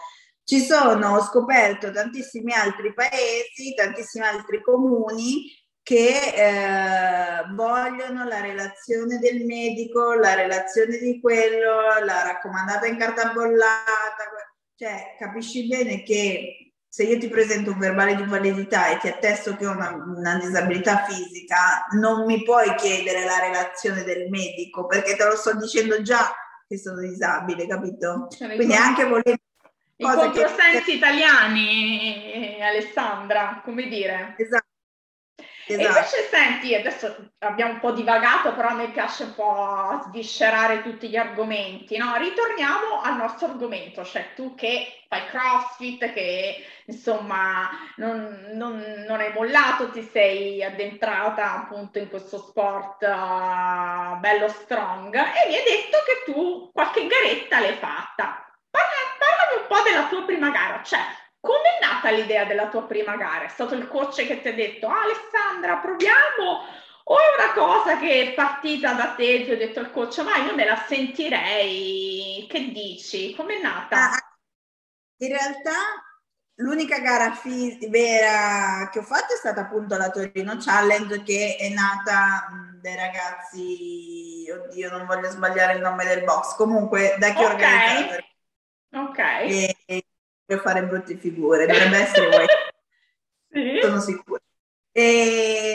ci sono, ho scoperto tantissimi altri paesi, tantissimi altri comuni che eh, vogliono la relazione del medico, la relazione di quello, la raccomandata in carta bollata, cioè capisci bene che se io ti presento un verbale di validità e ti attesto che ho una, una disabilità fisica, non mi puoi chiedere la relazione del medico perché te lo sto dicendo già che sono disabile, capito? Cioè, Quindi con... anche volendo i controsensi che... italiani, Alessandra, come dire. Esatto. Esatto. E invece senti, adesso abbiamo un po' divagato, però a me piace un po' sviscerare tutti gli argomenti, no? Ritorniamo al nostro argomento, cioè tu che fai CrossFit, che insomma non, non, non hai mollato, ti sei addentrata appunto in questo sport uh, bello strong e mi hai detto che tu qualche garetta l'hai fatta. Parla, parlami un po' della tua prima gara, cioè come è nata l'idea della tua prima gara? È stato il coach che ti ha detto ah, Alessandra, proviamo? O è una cosa che è partita da te, ti ho detto al coach, ma io me la sentirei, che dici? Come è nata? Ah, in realtà l'unica gara fis- vera che ho fatto è stata appunto la Torino Challenge, che è nata mh, dai ragazzi, oddio non voglio sbagliare il nome del box, comunque da chi okay. ha organizzato. Ok. E, e per fare brutte figure, dovrebbe essere voi. Sì. Sono sicura. E,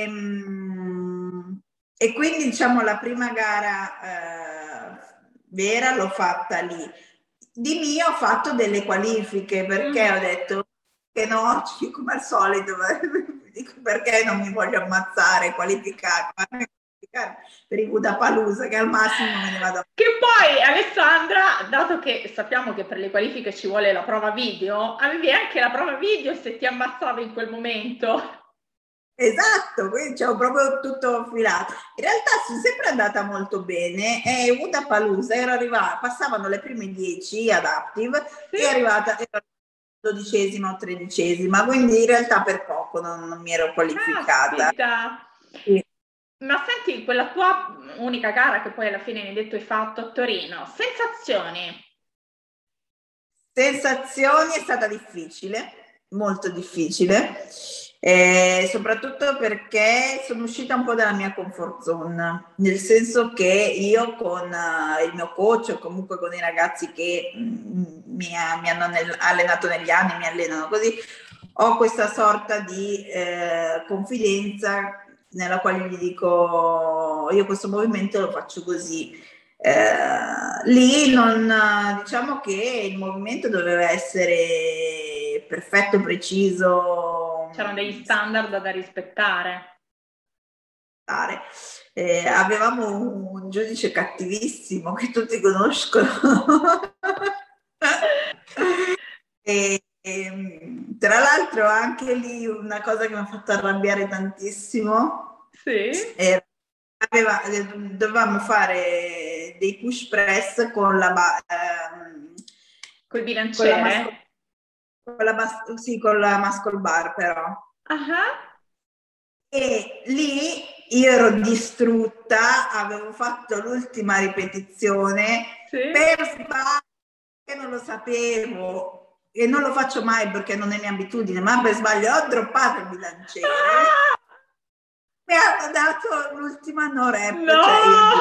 mh, e quindi diciamo la prima gara eh, vera l'ho fatta lì. Di mio ho fatto delle qualifiche perché mm. ho detto che no, come al solito, dico perché non mi voglio ammazzare, qualificare, per i Budapalooza, che al massimo me ne vado. Che poi Alessandra, dato che sappiamo che per le qualifiche ci vuole la prova video, avevi anche la prova video se ti ammazzavi in quel momento. Esatto, quindi c'ho proprio tutto filato. In realtà sono sempre andata molto bene e Budapalooza ero arrivata, passavano le prime dieci ad Active sì. e è arrivata ero dodicesima o tredicesima, quindi in realtà per poco non, non mi ero qualificata. Sì. Ma senti, quella tua unica gara che poi alla fine mi hai detto hai fatto a Torino, sensazioni? Sensazioni è stata difficile, molto difficile. Eh, soprattutto perché sono uscita un po' dalla mia comfort zone, nel senso che io con uh, il mio coach o comunque con i ragazzi che mm, mi, ha, mi hanno nel, allenato negli anni, mi allenano così, ho questa sorta di eh, confidenza nella quale gli dico io questo movimento lo faccio così. Eh, lì non, diciamo che il movimento doveva essere perfetto, preciso. C'erano degli standard da rispettare. Eh, avevamo un giudice cattivissimo che tutti conoscono. e, e, tra l'altro anche lì una cosa che mi ha fatto arrabbiare tantissimo. Sì. Era, aveva, dovevamo fare dei push press con la ehm, col bilanciere con la, muscle, con la, bas- sì, con la muscle bar però uh-huh. E lì io ero distrutta, avevo fatto l'ultima ripetizione sì. per sbaglio, che non lo sapevo e non lo faccio mai perché non è mia abitudine, ma per sbaglio ho droppato il bilanciere ah! mi hanno dato l'ultima no rep no! Cioè io...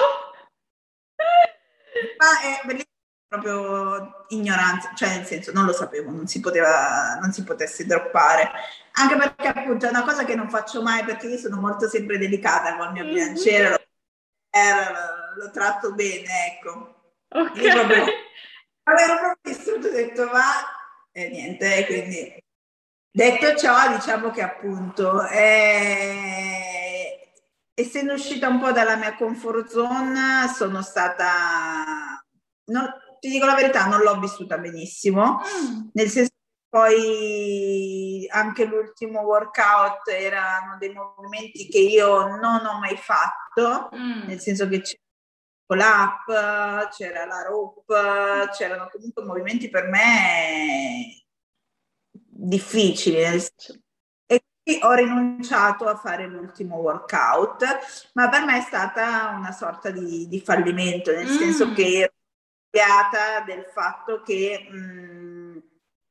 ma è bellissimo, proprio ignoranza, cioè nel senso non lo sapevo, non si poteva, non si potesse droppare, anche perché appunto è una cosa che non faccio mai perché io sono molto sempre delicata con il mio mm-hmm. bilanciere, lo, eh, lo, lo tratto bene, ecco. Ok. Io proprio, ero proprio distrutto, ho detto va e niente, quindi detto ciò diciamo che appunto eh, essendo uscita un po' dalla mia comfort zone sono stata, non, ti dico la verità, non l'ho vissuta benissimo, mm. nel senso che poi anche l'ultimo workout erano dei movimenti che io non ho mai fatto, mm. nel senso che c'era l'up, c'era la rope, c'erano comunque movimenti per me difficili, e quindi ho rinunciato a fare l'ultimo workout, ma per me è stata una sorta di, di fallimento, nel mm. senso che ero spiata del fatto che mh,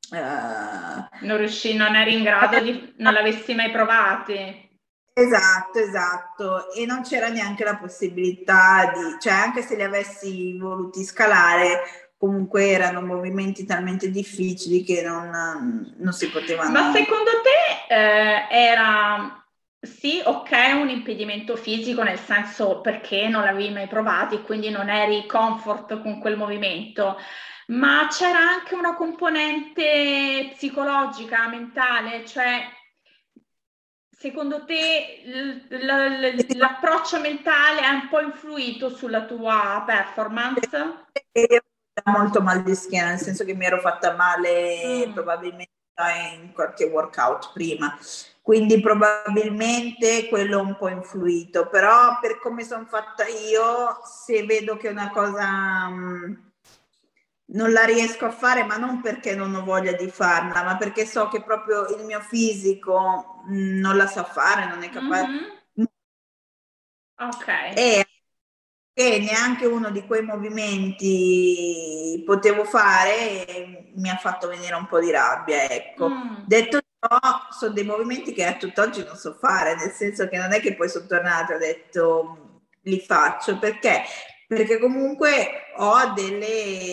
Uh, non riuscì, non eri in grado di, non l'avessi mai provati. Esatto, esatto, e non c'era neanche la possibilità di, cioè anche se li avessi voluti scalare, comunque erano movimenti talmente difficili che non, non si potevano. Ma secondo te eh, era, sì, ok, un impedimento fisico, nel senso perché non l'avevi mai provato e quindi non eri comfort con quel movimento, ma c'era anche una componente psicologica, mentale, cioè secondo te l- l- l'approccio mentale ha un po' influito sulla tua performance? Molto mal di schiena, nel senso che mi ero fatta male Mm. probabilmente in qualche workout prima, quindi probabilmente quello un po' influito, però per come sono fatta io, se vedo che una cosa mh, non la riesco a fare, ma non perché non ho voglia di farla, ma perché so che proprio il mio fisico mh, non la sa fare, non è capace. Mm-hmm. Ok. E che neanche uno di quei movimenti potevo fare e mi ha fatto venire un po' di rabbia, ecco. Mm. Detto ciò, sono dei movimenti che a tutt'oggi non so fare, nel senso che non è che poi sono tornata e ho detto li faccio, perché? Perché comunque ho delle,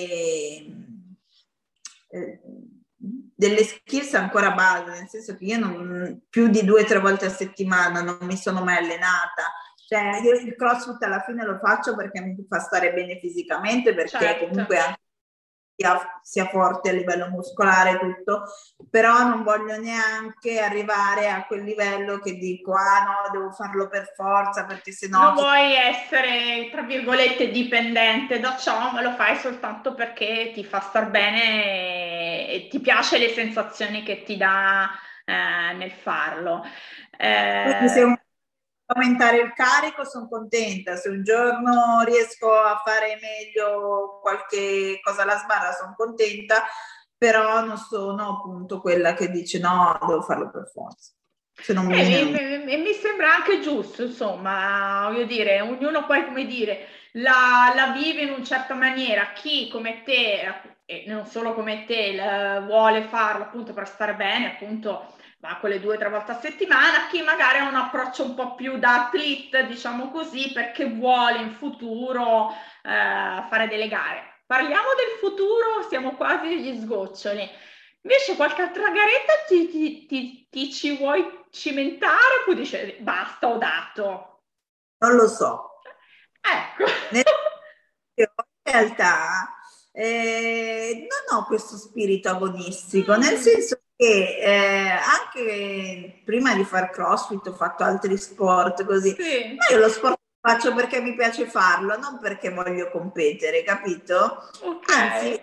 eh, delle skills ancora base, nel senso che io non, più di due o tre volte a settimana non mi sono mai allenata. Cioè, io il CrossFit alla fine lo faccio perché mi fa stare bene fisicamente, perché Certo. comunque anche sia, sia forte a livello muscolare e tutto, però non voglio neanche arrivare a quel livello che dico, ah no, devo farlo per forza, perché sennò... Non vuoi essere, tra virgolette, dipendente da ciò, ma lo fai soltanto perché ti fa star bene e, e ti piace le sensazioni che ti dà eh, nel farlo. Quindi se Eh, un aumentare il carico sono contenta, se un giorno riesco a fare meglio qualche cosa alla sbarra sono contenta, però non sono appunto quella che dice no, devo farlo per forza. Se non E viene... mi, non- mi- mi sembra anche giusto, insomma, voglio dire, ognuno poi, come dire, la, la vive in una certa maniera. Chi come te, e non solo come te, la- vuole farlo appunto per stare bene, appunto, va quelle due o tre volte a settimana, chi magari ha un approccio un po' più da athlete, diciamo così, perché vuole in futuro eh, fare delle gare. Parliamo del futuro, siamo quasi agli sgoccioli. Invece qualche altra garetta ti, ti- ti- ti ci vuoi cimentare oppure dici basta, ho dato. Non lo so. Ecco. Nel- In realtà eh, non ho questo spirito agonistico, nel Mm, senso che eh, anche prima di far CrossFit ho fatto altri sport così, sì, ma io lo sport lo faccio perché mi piace farlo, non perché voglio competere, capito? ok. Anzi,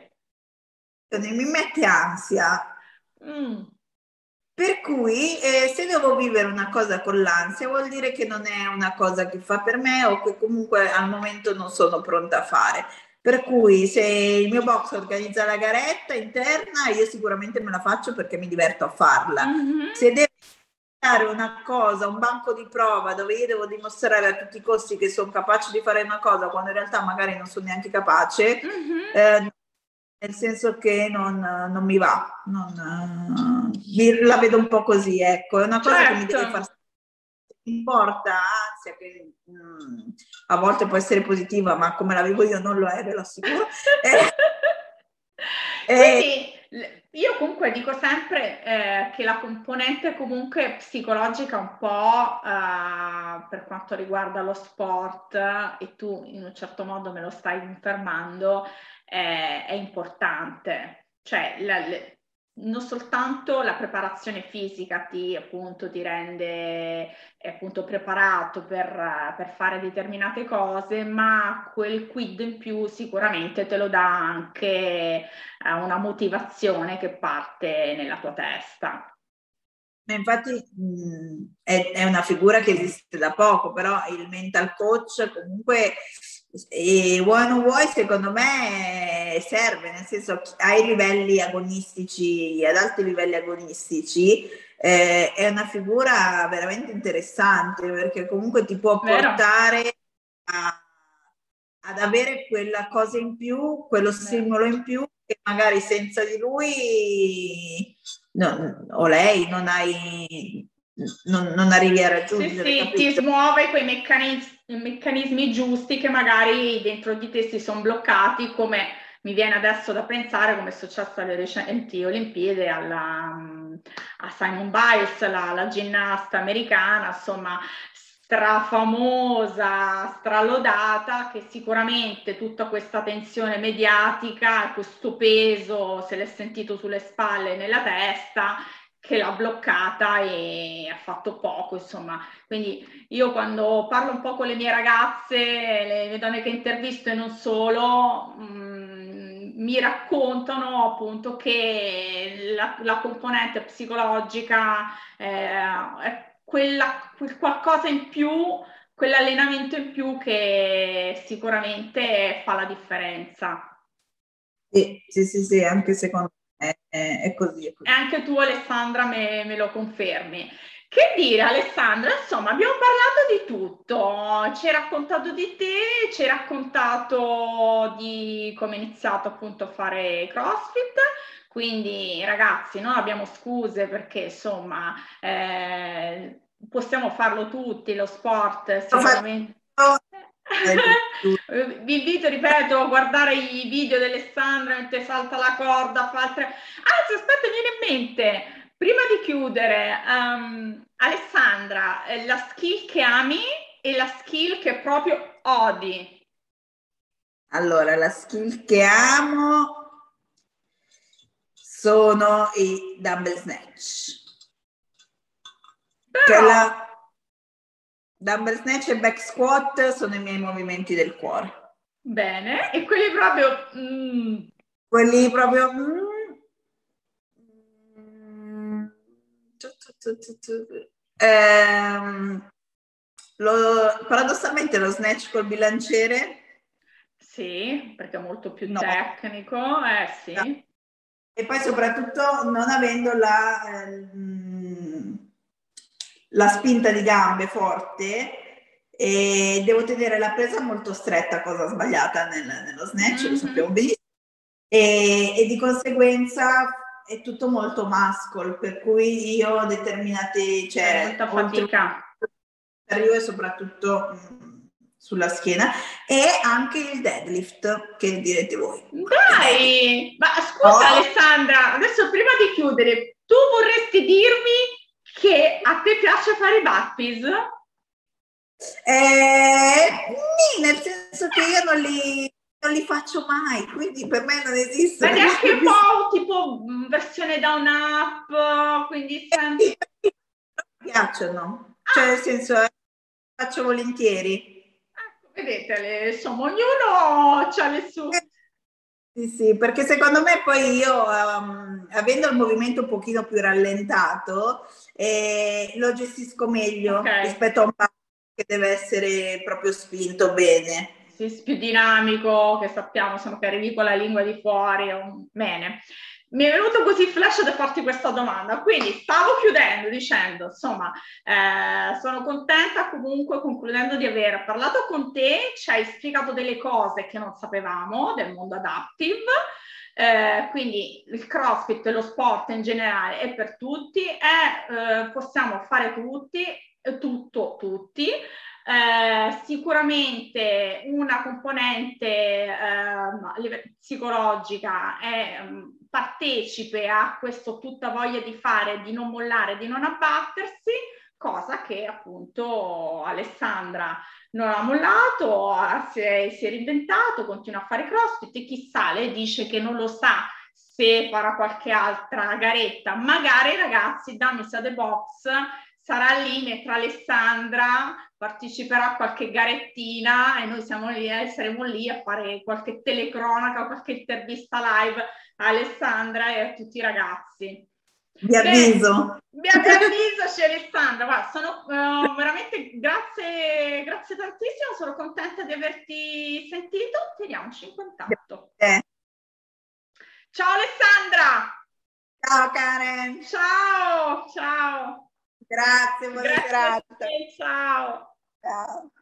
mi mette ansia. Mm, Per cui eh, se devo vivere una cosa con l'ansia vuol dire che non è una cosa che fa per me o che comunque al momento non sono pronta a fare. Per cui se il mio box organizza la garetta interna, io sicuramente me la faccio perché mi diverto a farla. mhm, Se devo fare una cosa, un banco di prova dove io devo dimostrare a tutti i costi che sono capace di fare una cosa quando in realtà magari non sono neanche capace, mhm. eh, nel senso che non, non mi va, non, eh, la vedo un po' così, ecco, è una cosa che mi Certo. deve far mi porta ansia, che mh, a volte può essere positiva, ma come la vivo io non lo è, ve lo assicuro. Eh, eh, Quindi l- io comunque dico sempre eh, che la componente comunque psicologica un po' eh, per quanto riguarda lo sport, e tu in un certo modo me lo stai confermando, eh, è importante. Cioè, la- le- non soltanto la preparazione fisica ti appunto ti rende è appunto preparato per, per fare determinate cose, ma quel quid in più sicuramente te lo dà anche eh, una motivazione che parte nella tua testa. infatti mh, è, è una figura che esiste da poco, però il mental coach comunque, e vuoi o non vuoi, secondo me serve, nel senso ai livelli agonistici, ad alti livelli agonistici, eh, è una figura veramente interessante perché comunque ti può Vero? portare a, ad avere quella cosa in più, quello Vero. stimolo in più che magari senza di lui no, o lei non hai non, non arrivi a raggiungere. Sì, sì, ti smuove quei meccanismi, meccanismi giusti che magari dentro di te si sono bloccati, come mi viene adesso da pensare, come è successo alle recenti Olimpiadi alla, a Simone Biles, la, la ginnasta americana, insomma, strafamosa, stralodata, che sicuramente tutta questa tensione mediatica, questo peso se l'è sentito sulle spalle e nella testa, che l'ha bloccata e ha fatto poco, insomma. Quindi io quando parlo un po' con le mie ragazze, le, le donne che intervisto e non solo, mh, mi raccontano appunto che la, la componente psicologica eh, è quella, quel qualcosa in più, quell'allenamento in più che sicuramente fa la differenza. Sì, sì, sì, sì, anche secondo me è, è così, è così. E anche tu, Alessandra, me, me lo confermi. Che dire, Alessandra? Insomma, abbiamo parlato di tutto. Ci hai raccontato di te, ci hai raccontato di come hai iniziato appunto a fare CrossFit. Quindi, ragazzi, non abbiamo scuse perché insomma eh, possiamo farlo tutti, lo sport sicuramente. Vi invito, ripeto, a guardare i video di Alessandra mentre salta la corda, fa altre... Anzi, aspetta, mi viene in mente, prima di chiudere, um, Alessandra, la skill che ami e la skill che proprio odi. Allora, la skill che amo sono i dumbbell snatch. Però... Che la dumbbell snatch e back squat sono i miei movimenti del cuore. Bene, e quelli proprio... Mm. Quelli proprio... Mm, mm, tu, tu, tu, tu, ehm, lo, paradossalmente lo snatch col bilanciere. Sì, perché è molto più No. tecnico, eh sì. No. E poi soprattutto non avendo la, ehm, la spinta di gambe forte, e devo tenere la presa molto stretta, cosa sbagliata nel, nello snatch, mm-hmm. Lo sappiamo benissimo, e, e di conseguenza è tutto molto muscle, per cui io ho determinate, cioè, molta fatica. Arrivo e soprattutto mh, sulla schiena, e anche il deadlift, che direte voi. Dai, ma scusa, oh. Alessandra, adesso prima di chiudere, tu vorresti dirmi che a te piace fare i burpees? Eh, sì, nel senso che io non li, non li faccio mai, quindi per me non esiste. Ma neanche un po' tipo versione down up, quindi sempre... mi piacciono, ah. Cioè nel senso eh, faccio volentieri. Ecco, vedete, insomma, ognuno ha le sue... Sì, sì, perché secondo me poi io, um, avendo il movimento un pochino più rallentato, eh, lo gestisco meglio, okay, rispetto a un passo che deve essere proprio spinto bene. Sì, più dinamico, che sappiamo, insomma, che arrivi con la lingua di fuori. Bene. Mi è venuto così flash da farti questa domanda, quindi stavo chiudendo dicendo, insomma, eh, sono contenta comunque, concludendo, di aver parlato con te, ci hai spiegato delle cose che non sapevamo del mondo adaptive, eh, quindi il CrossFit e lo sport in generale è per tutti, e eh, possiamo fare tutti, tutto, tutti. Eh, sicuramente una componente eh, psicologica è um, partecipe a questo tutta voglia di fare, di non mollare, di non abbattersi, cosa che appunto Alessandra non ha mollato, si è, si è reinventato, continua a fare CrossFit e chissà, lei dice che non lo sa se farà qualche altra garetta, magari ragazzi da Miss The Box sarà lì mentre Alessandra parteciperà a qualche garettina e noi siamo lì, eh, saremo lì a fare qualche telecronaca, qualche intervista live a Alessandra e a tutti i ragazzi. Vi avviso. Vi avviso, Alessandra. Guarda, sono uh, veramente grazie, grazie tantissimo, sono contenta di averti sentito. Teniamoci in contatto. Eh. Ciao Alessandra! Ciao Karen! Ciao, ciao! Grazie, buona serata. Ciao. Ciao.